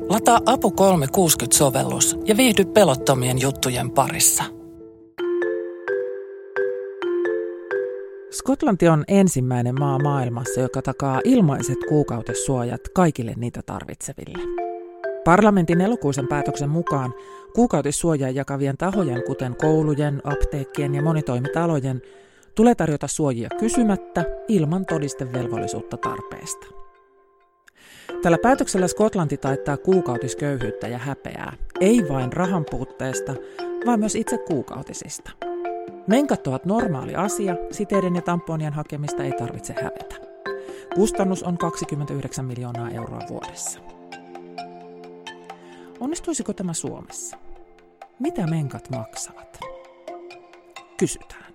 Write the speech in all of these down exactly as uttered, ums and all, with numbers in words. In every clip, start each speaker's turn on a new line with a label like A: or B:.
A: Lataa Apu kolmesataakuusikymmentä-sovellus ja viihdy pelottomien juttujen parissa.
B: Skotlanti on ensimmäinen maa maailmassa, joka takaa ilmaiset kuukautissuojat kaikille niitä tarvitseville. Parlamentin elokuisen päätöksen mukaan kuukautissuojaa jakavien tahojen, kuten koulujen, apteekkien ja monitoimitalojen, tulee tarjota suojia kysymättä ilman todistevelvollisuutta tarpeesta. Tällä päätöksellä Skotlanti taittaa kuukautisköyhyyttä ja häpeää, ei vain rahan puutteesta, vaan myös itse kuukautisista. Menkat ovat normaali asia, siteiden ja tamponien hakemista ei tarvitse hävetä. Kustannus on kaksikymmentäyhdeksän miljoonaa euroa vuodessa. Onnistuisiko tämä Suomessa? Mitä menkat maksavat? Kysytään.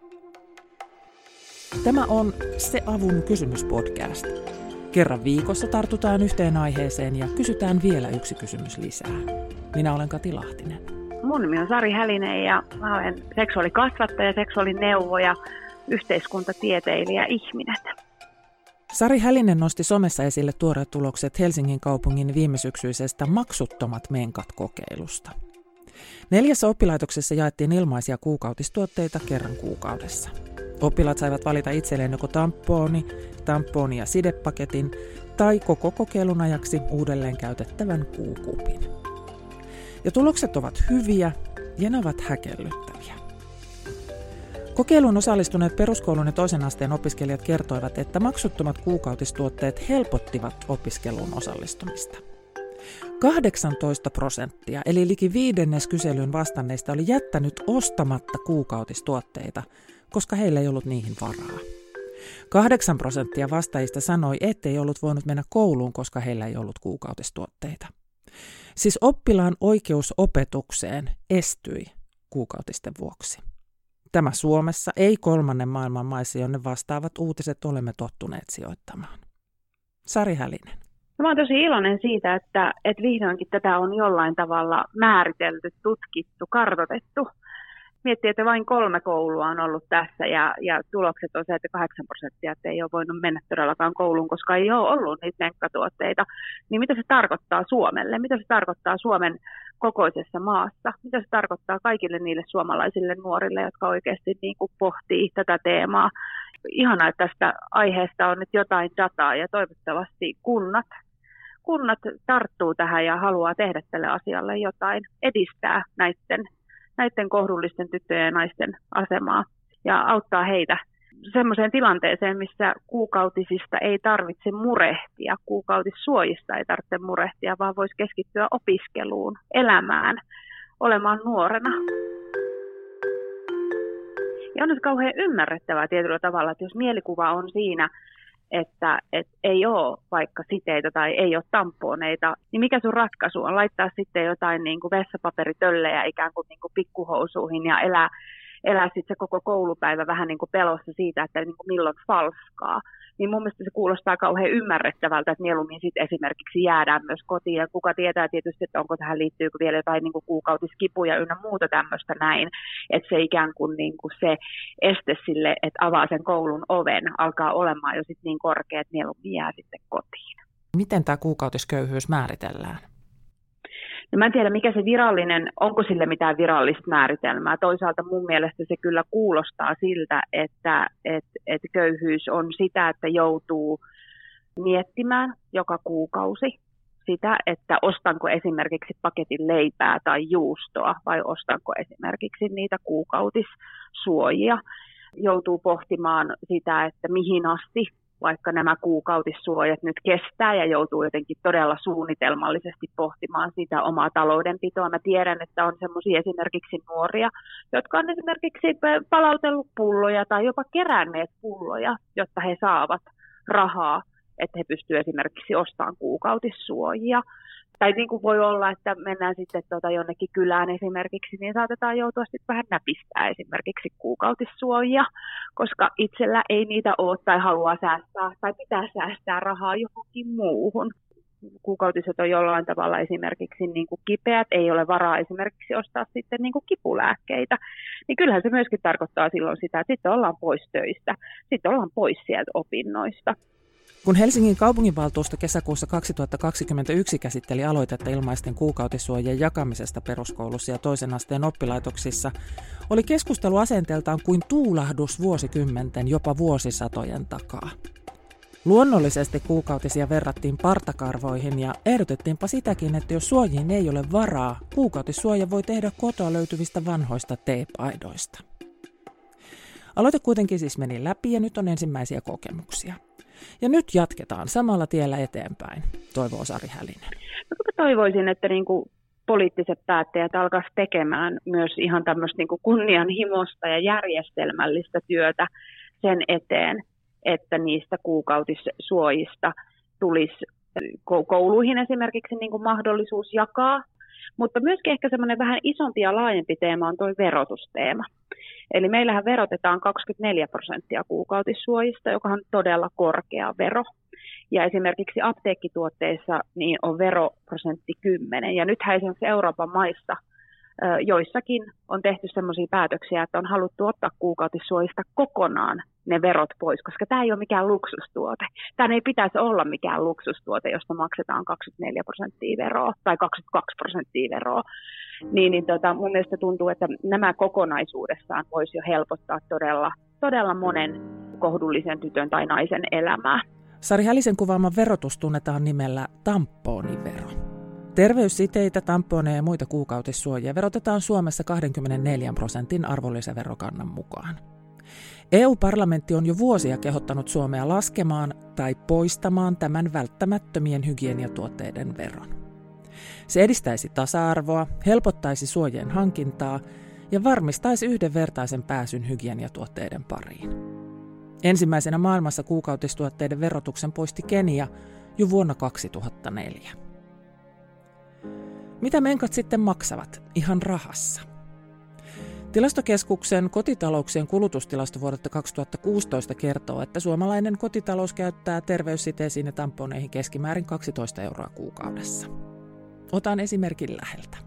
B: Tämä on Se avun kysymyspodcast. Kerran viikossa tartutaan yhteen aiheeseen ja kysytään vielä yksi kysymys lisää. Minä olen Kati Lahtinen.
C: Mun nimi on Sari Hälinen ja mä olen seksuaalikasvattaja, seksuaalineuvoja, yhteiskuntatieteilijä, ihminen.
B: Sari Hälinen nosti somessa esille tuoreet tulokset Helsingin kaupungin viimesyksyisestä maksuttomat menkat -kokeilusta. Neljässä oppilaitoksessa jaettiin ilmaisia kuukautistuotteita kerran kuukaudessa. Oppilaat saivat valita itselleen joko tamponi, tamponi ja sidepaketin tai koko kokeilun ajaksi uudelleen käytettävän kuukupin. Ja tulokset ovat hyviä ja ne ovat häkellyttäviä. Kokeiluun osallistuneet peruskoulun ja toisen asteen opiskelijat kertoivat, että maksuttomat kuukautistuotteet helpottivat opiskeluun osallistumista. kahdeksantoista prosenttia, eli liki viidennes kyselyyn vastanneista oli jättänyt ostamatta kuukautistuotteita, koska heillä ei ollut niihin varaa. Kahdeksan prosenttia vastaajista sanoi, ettei ollut voinut mennä kouluun, koska heillä ei ollut kuukautistuotteita. Siis oppilaan oikeus opetukseen estyi kuukautisten vuoksi. Tämä Suomessa, ei kolmannen maailman maissa, jonne vastaavat uutiset olemme tottuneet sijoittamaan. Sari Hälinen.
C: Mä oon tosi iloinen siitä, että, että vihdoinkin tätä on jollain tavalla määritelty, tutkittu, kartoitettu. Miettii, että vain kolme koulua on ollut tässä ja, ja tulokset on se, että kahdeksan prosenttia että ei ole voinut mennä todellakaan kouluun, koska ei ole ollut niitä menkkatuotteita. Niin mitä se tarkoittaa Suomelle? Mitä se tarkoittaa Suomen kokoisessa maassa? Mitä se tarkoittaa kaikille niille suomalaisille nuorille, jotka oikeasti niin kuin pohtii tätä teemaa? Ihanaa, että tästä aiheesta on nyt jotain dataa ja toivottavasti kunnat, kunnat tarttuu tähän ja haluaa tehdä tälle asialle jotain, edistää näiden näiden kohdullisten tyttöjen ja naisten asemaa ja auttaa heitä semmoiseen tilanteeseen, missä kuukautisista ei tarvitse murehtia, kuukautissuojista ei tarvitse murehtia, vaan voisi keskittyä opiskeluun, elämään, olemaan nuorena. Ja on nyt kauhean ymmärrettävää tietyllä tavalla, että jos mielikuva on siinä, että et ei ole vaikka siteitä tai ei ole tamponeita, niin mikä sun ratkaisu on? Laittaa sitten jotain niin kuin vessapaperitöllejä ikään kuin, niin kuin pikkuhousuihin ja elää, elää sitten se koko koulupäivä vähän niin kuin pelossa siitä, että niin kuin milloin falskaa. Niin mun mielestä se kuulostaa kauhean ymmärrettävältä, että mieluummin sitten esimerkiksi jäädään myös kotiin. Ja kuka tietää tietysti, että onko tähän liittyykö vielä jotain niin kuin kuukautiskipuja ynnä muuta tämmöistä näin. Että se ikään kuin, niin kuin se este sille, että avaa sen koulun oven, alkaa olemaan jo sitten niin korkea, että mieluummin jää sitten kotiin.
B: Miten tämä kuukautisköyhyys määritellään?
C: No mä en tiedä, mikä se virallinen, onko sille mitään virallista määritelmää. Toisaalta mun mielestä se kyllä kuulostaa siltä, että, että, että köyhyys on sitä, että joutuu miettimään joka kuukausi sitä, että ostanko esimerkiksi paketin leipää tai juustoa vai ostanko esimerkiksi niitä kuukautissuojia. Joutuu pohtimaan sitä, että mihin asti vaikka nämä kuukautissuojat nyt kestää ja joutuu jotenkin todella suunnitelmallisesti pohtimaan sitä omaa taloudenpitoa. Mä tiedän, että on semmoisia esimerkiksi nuoria, jotka on esimerkiksi palautellut pulloja tai jopa keränneet pulloja, jotta he saavat rahaa, että he pystyvät esimerkiksi ostamaan kuukautissuojia. Tai niin kuin voi olla, että mennään sitten tuota jonnekin kylään esimerkiksi, niin saatetaan joutua sitten vähän näpistää esimerkiksi kuukautissuojia, koska itsellä ei niitä ole tai haluaa säästää tai pitää säästää rahaa johonkin muuhun. Kuukautiset on jollain tavalla esimerkiksi niin kuin kipeät, ei ole varaa esimerkiksi ostaa sitten niin kuin kipulääkkeitä. Niin kyllähän se myöskin tarkoittaa silloin sitä, että sitten ollaan pois töistä, sitten ollaan pois sieltä opinnoista.
B: Kun Helsingin kaupunginvaltuusto kesäkuussa kaksituhattakaksikymmentäyksi käsitteli aloitetta ilmaisten kuukautissuojien jakamisesta peruskoulussa ja toisen asteen oppilaitoksissa, oli keskustelu asenteeltaan kuin tuulahdus vuosikymmenten, jopa vuosisatojen takaa. Luonnollisesti kuukautisia verrattiin partakarvoihin ja ehdotettiinpa sitäkin, että jos suojiin ei ole varaa, kuukautissuoja voi tehdä kotoa löytyvistä vanhoista teepaidoista. Aloite kuitenkin siis meni läpi ja nyt on ensimmäisiä kokemuksia. Ja nyt jatketaan samalla tiellä eteenpäin, toivoo Sari Hälinen.
C: No, toivoisin, että niin kuin poliittiset päättäjät alkaisivat tekemään myös ihan tämmöistä niin kuin kunnianhimoista ja järjestelmällistä työtä sen eteen, että niistä kuukautissuojista tulisi kouluihin esimerkiksi niin kuin mahdollisuus jakaa. Mutta myöskin ehkä semmoinen vähän isompi ja laajempi teema on tuo verotusteema. Eli meillähän verotetaan kaksikymmentäneljä prosenttia kuukautissuojista, joka on todella korkea vero. Ja esimerkiksi apteekkituotteissa niin on veroprosentti kymmenen. Ja nythän esimerkiksi Euroopan maissa joissakin on tehty sellaisia päätöksiä, että on haluttu ottaa kuukautissuojista kokonaan ne verot pois, koska tämä ei ole mikään luksustuote. Tämä ei pitäisi olla mikään luksustuote, josta maksetaan kaksikymmentäneljä prosenttia veroa tai kaksikymmentäkaksi prosenttia veroa. Niin, niin tota, mun mielestä tuntuu, että nämä kokonaisuudessaan voisi jo helpottaa todella, todella monen kohdullisen tytön tai naisen elämää.
B: Sari Hälisen kuvaama verotus tunnetaan nimellä tamponivero. Terveyssiteitä, tamponeja ja muita kuukautissuojia verotetaan Suomessa kaksikymmentäneljä prosentin arvonlisäverokannan mukaan. E U-parlamentti on jo vuosia kehottanut Suomea laskemaan tai poistamaan tämän välttämättömien hygieniatuotteiden veron. Se edistäisi tasa-arvoa, helpottaisi suojien hankintaa ja varmistaisi yhdenvertaisen pääsyn hygieniatuotteiden pariin. Ensimmäisenä maailmassa kuukautistuotteiden verotuksen poisti Kenia jo vuonna kaksituhattaneljä. Mitä menkat sitten maksavat ihan rahassa? Tilastokeskuksen kotitalouksien kulutustilasto vuodelta kaksituhattakuusitoista kertoo, että suomalainen kotitalous käyttää terveyssiteisiin ja tamponeihin keskimäärin kaksitoista euroa kuukaudessa. Otan esimerkin läheltä.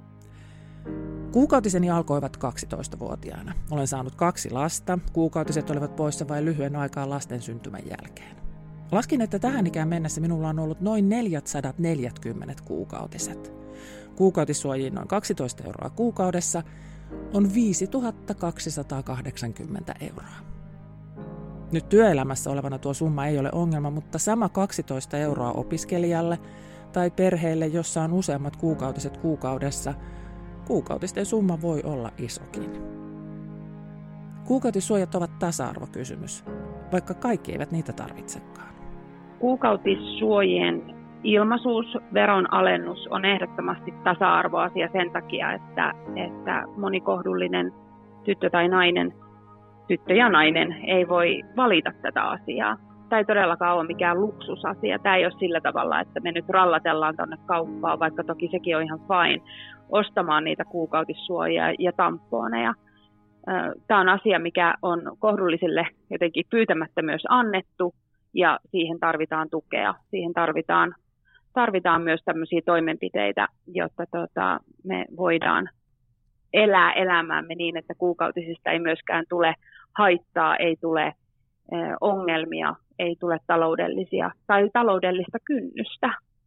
B: Kuukautiseni alkoivat kaksitoistavuotiaana. Olen saanut kaksi lasta. Kuukautiset olivat poissa vain lyhyen aikaa lasten syntymän jälkeen. Laskin, että tähän ikään mennessä minulla on ollut noin neljäsataaneljäkymmentä kuukautiset. Kuukautissuojiin noin kaksitoista euroa kuukaudessa on viisituhatta kaksisataakahdeksankymmentä euroa. Nyt työelämässä olevana tuo summa ei ole ongelma, mutta sama kaksitoista euroa opiskelijalle tai perheelle, jossa on useammat kuukautiset kuukaudessa, kuukautisten summa voi olla isokin. Kuukautissuojat ovat tasa-arvokysymys, vaikka kaikki eivät niitä tarvitsekaan.
C: Kuukautissuojien ilmaisuus, veron alennus on ehdottomasti tasa-arvoasia sen takia, että, että monikohdullinen tyttö tai nainen, tyttö ja nainen ei voi valita tätä asiaa. Tämä ei todellakaan ole mikään luksusasia. Tämä ei ole sillä tavalla, että me nyt rallatellaan tuonne kauppaan, vaikka toki sekin on ihan fine, ostamaan niitä kuukautissuojia ja tamponeja. Tämä on asia, mikä on kohdullisille jotenkin pyytämättä myös annettu, ja siihen tarvitaan tukea. Siihen tarvitaan, tarvitaan myös tämmöisiä toimenpiteitä, jotta tota, me voidaan elää elämäämme niin, että kuukautisista ei myöskään tule haittaa, ei tule eh, ongelmia, ei tule taloudellisia tai taloudellista kynnystä.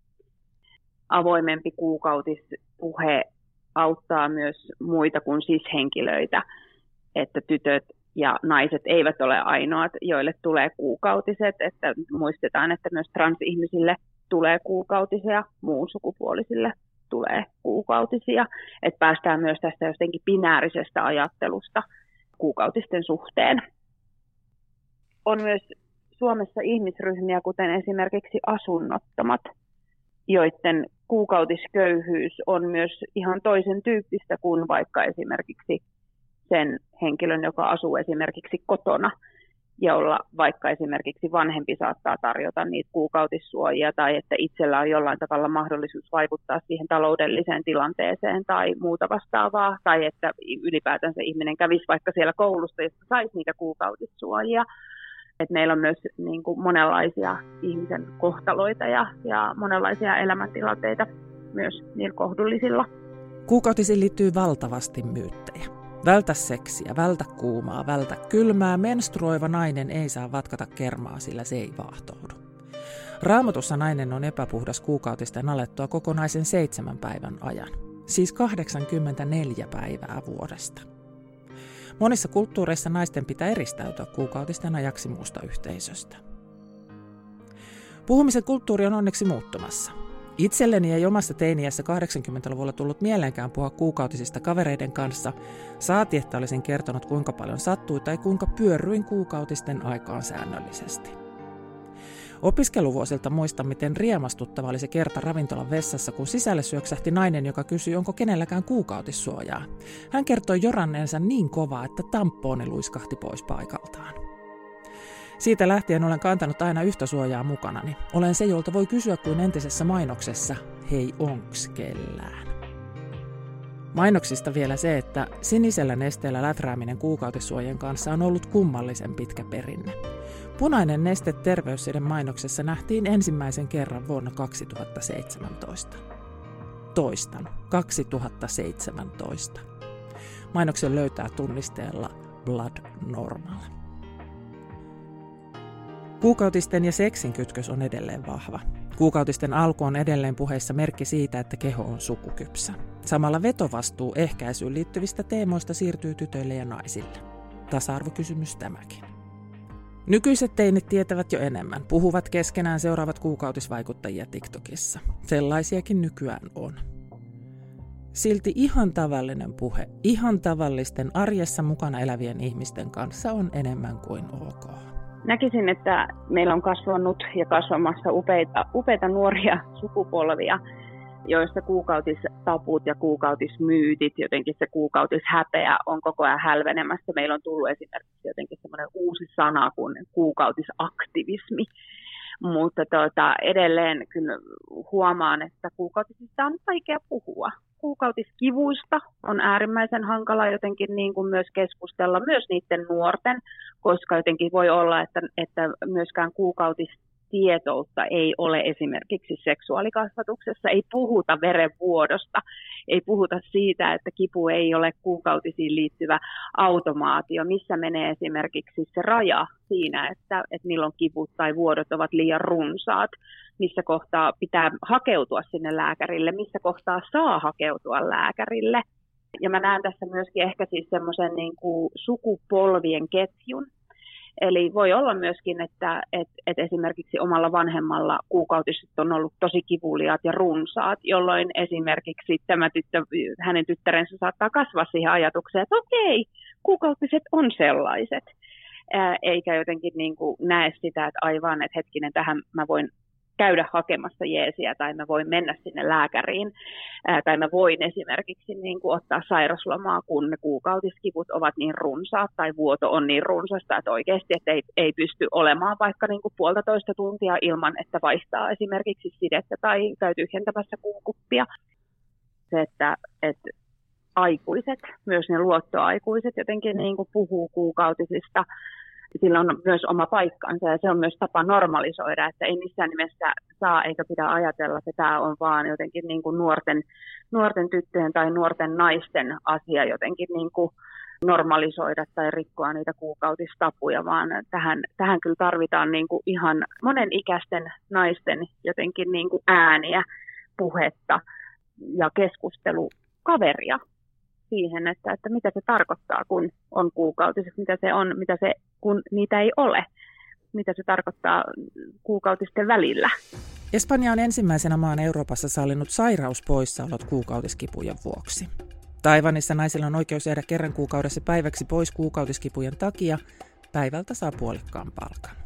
C: Avoimempi kuukautispuhe auttaa myös muita kuin cis-henkilöitä, että tytöt ja naiset eivät ole ainoat, joille tulee kuukautiset, että muistetaan, että myös transihmisille tulee kuukautisia, muun sukupuolisille tulee kuukautisia, että päästään myös tästä jotenkin binäärisestä ajattelusta kuukautisten suhteen. On myös Suomessa ihmisryhmiä, kuten esimerkiksi asunnottomat, joiden kuukautisköyhyys on myös ihan toisen tyyppistä kuin vaikka esimerkiksi sen henkilön, joka asuu esimerkiksi kotona, jolla vaikka esimerkiksi vanhempi saattaa tarjota niitä kuukautissuojia tai että itsellä on jollain tavalla mahdollisuus vaikuttaa siihen taloudelliseen tilanteeseen tai muuta vastaavaa, tai että ylipäätänsä ihminen kävisi vaikka siellä koulussa, jossa saisi niitä kuukautissuojia. Et meillä on myös niin kuin monenlaisia ihmisen kohtaloita ja, ja monenlaisia elämäntilanteita myös niillä kohdullisilla.
B: Kuukautisiin liittyy valtavasti myyttejä. Vältä seksiä, vältä kuumaa, vältä kylmää. Menstruoiva nainen ei saa vatkata kermaa, sillä se ei vaahtoudu. Raamatussa nainen on epäpuhdas kuukautisten alettua kokonaisen seitsemän päivän ajan, siis kahdeksankymmentäneljä päivää vuodesta. Monissa kulttuureissa naisten pitää eristäytyä kuukautisten ajaksi muusta yhteisöstä. Puhumisen kulttuuri on onneksi muuttumassa. Itselleni ei omassa teiniässä kahdeksankymmentäluvulla tullut mieleenkään puhua kuukautisista kavereiden kanssa, saati että olisin kertonut kuinka paljon sattui tai kuinka pyörryin kuukautisten aikaan säännöllisesti. Opiskeluvuosilta muistan, miten riemastuttava oli se kerta ravintolan vessassa, kun sisälle syöksähti nainen, joka kysyi, onko kenelläkään kuukautissuojaa. Hän kertoi joranneensa niin kovaa, että tampooni luiskahti pois paikaltaan. Siitä lähtien olen kantanut aina yhtä suojaa mukanani. Olen se, jolta voi kysyä kuin entisessä mainoksessa, hei onks kellään? Mainoksista vielä se, että sinisellä nesteellä läträäminen kuukautissuojien kanssa on ollut kummallisen pitkä perinne. Punainen neste terveyssiden mainoksessa nähtiin ensimmäisen kerran vuonna kaksituhattaseitsemäntoista. Toistan, kaksituhattaseitsemäntoista. Mainoksen löytää tunnisteella Blood Normal. Kuukautisten ja seksin kytkös on edelleen vahva. Kuukautisten alku on edelleen puheissa merkki siitä, että keho on sukukypsä. Samalla vetovastuu ehkäisyyn liittyvistä teemoista siirtyy tytöille ja naisille. Tasa-arvokysymys tämäkin. Nykyiset teinit tietävät jo enemmän, puhuvat keskenään, seuraavat kuukautisvaikuttajia TikTokissa. Sellaisiakin nykyään on. Silti ihan tavallinen puhe, ihan tavallisten arjessa mukana elävien ihmisten kanssa on enemmän kuin ok.
C: Näkisin, että meillä on kasvanut ja kasvamassa upeita, upeita nuoria sukupolvia, joissa kuukautistaput ja kuukautismyytit, jotenkin se kuukautishäpeä on koko ajan hälvenemässä. Meillä on tullut esimerkiksi jotenkin semmoinen uusi sana kuin kuukautisaktivismi. Mutta tuota, edelleen kyllä huomaan, että kuukautisista on vaikea puhua. Kuukautiskivuista on äärimmäisen hankala jotenkin niin kuin myös keskustella myös niiden nuorten, koska jotenkin voi olla, että, että myöskään kuukautistietoutta ei ole esimerkiksi seksuaalikasvatuksessa, ei puhuta verenvuodosta, ei puhuta siitä, että kipu ei ole kuukautisiin liittyvä automaatio, missä menee esimerkiksi se raja siinä, että, että milloin kivut tai vuodot ovat liian runsaat, missä kohtaa pitää hakeutua sinne lääkärille, missä kohtaa saa hakeutua lääkärille. Ja mä näen tässä myöskin ehkä siis semmoisen niin kuin sukupolvien ketjun. Eli voi olla myöskin, että, että, että esimerkiksi omalla vanhemmalla kuukautiset on ollut tosi kivuliaat ja runsaat, jolloin esimerkiksi tämä tyttö, hänen tyttärensä saattaa kasvaa siihen ajatukseen, että okei, kuukautiset on sellaiset. Eikä jotenkin niin kuin näe sitä, että aivan, että hetkinen, tähän mä voin käydä hakemassa jeesiä tai mä voin mennä sinne lääkäriin ää, tai mä voin esimerkiksi niin kuin ottaa sairaslomaa, kun ne kuukautiskivut ovat niin runsaat tai vuoto on niin runsasta, että oikeasti että ei, ei pysty olemaan vaikka niin kuin puolitoista tuntia ilman, että vaihtaa esimerkiksi sidettä tai käy tyhjentämässä kuukuppia. Se, että, että aikuiset, myös ne luottoaikuiset jotenkin niin kuin puhuu kuukautisista, sillä on myös oma paikkansa ja se on myös tapa normalisoida, että ei missään nimessä saa eikä pidä ajatella, että tämä on vaan jotenkin niin kuin nuorten, nuorten tyttöjen tai nuorten naisten asia jotenkin niin kuin normalisoida tai rikkoa niitä kuukautistapuja, vaan tähän, tähän kyllä tarvitaan niin kuin ihan monenikäisten naisten jotenkin niin kuin ääniä, puhetta ja keskustelukaveria siihen, että, että mitä se tarkoittaa, kun on kuukautiset, mitä se on, mitä se, kun niitä ei ole, mitä se tarkoittaa kuukautisten välillä.
B: Espanja on ensimmäisenä maan Euroopassa sallinut sairauspoissaolot kuukautiskipujen vuoksi. Taiwanissa naisilla on oikeus jäädä kerran kuukaudessa päiväksi pois kuukautiskipujen takia. Päivältä saa puolikkaan palkan.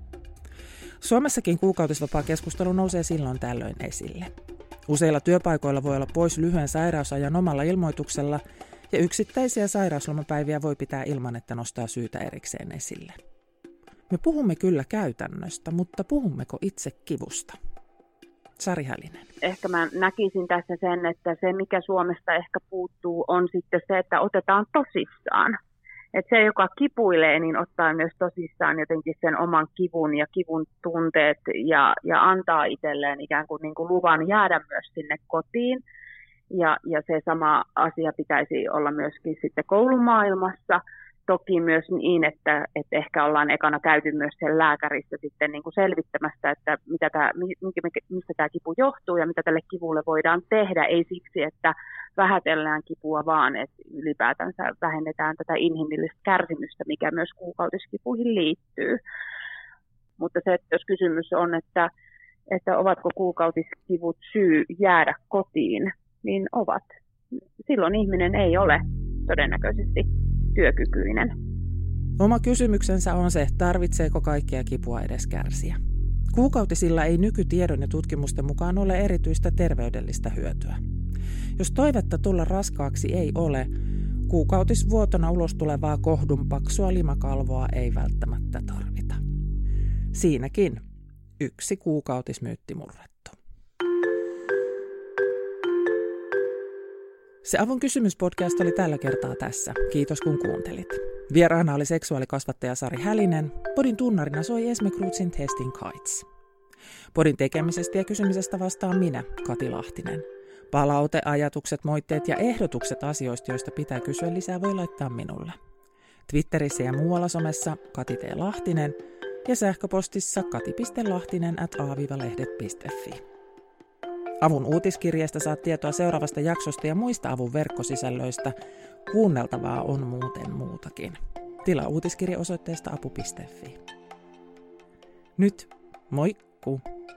B: Suomessakin kuukautisvapaa keskustelu nousee silloin tällöin esille. Useilla työpaikoilla voi olla pois lyhyen sairausajan omalla ilmoituksella ja yksittäisiä sairauslomapäiviä voi pitää ilman, että nostaa syytä erikseen esille. Me puhumme kyllä käytännöstä, mutta puhummeko itse kivusta? Sari Hälinen.
C: Ehkä mä näkisin tässä sen, että se mikä Suomesta ehkä puuttuu on sitten se, että otetaan tosissaan. Että se, joka kipuilee, niin ottaa myös tosissaan jotenkin sen oman kivun ja kivun tunteet ja, ja antaa itselleen ikään kuin, niin kuin luvan jäädä myös sinne kotiin. Ja, ja se sama asia pitäisi olla myöskin sitten koulumaailmassa. toki myös niin, että, että ehkä ollaan ekana käyty myös sen lääkärissä sitten niin kuin selvittämässä, että mitä tämä, mistä tämä kipu johtuu ja mitä tälle kivulle voidaan tehdä. Ei siksi, että vähätellään kipua, vaan että ylipäätänsä vähennetään tätä inhimillistä kärsimystä, mikä myös kuukautiskipuihin liittyy. Mutta se, että jos kysymys on, että, että ovatko kuukautiskivut syy jäädä kotiin, niin ovat. Silloin ihminen ei ole todennäköisesti työkykyinen.
B: Oma kysymyksensä on se, tarvitseeko kaikkea kipua edes kärsiä. Kuukautisilla ei nykytiedon ja tutkimusten mukaan ole erityistä terveydellistä hyötyä. Jos toivetta tulla raskaaksi ei ole, kuukautisvuotona ulos tulevaa kohdunpaksua limakalvoa ei välttämättä tarvita. Siinäkin yksi kuukautismyytti murrettu. Se Avun kysymyspodcast oli tällä kertaa tässä. Kiitos kun kuuntelit. Vieraana oli seksuaalikasvattaja Sari Hälinen. Podin tunnarina soi Esme Krutsin Testing Kites. Podin tekemisestä ja kysymisestä vastaan minä, Kati Lahtinen. Palaute, ajatukset, moitteet ja ehdotukset asioista, joista pitää kysyä lisää, voi laittaa minulle. Twitterissä ja muualla somessa Kati T. Lahtinen ja sähköpostissa kati piste lahtinen ät a lehdet piste fi. Avun uutiskirjeestä saat tietoa seuraavasta jaksosta ja muista Avun verkkosisällöistä. Kuunneltavaa on muuten muutakin. Tilaa uutiskirje osoitteesta apu piste fi. Nyt, moikku!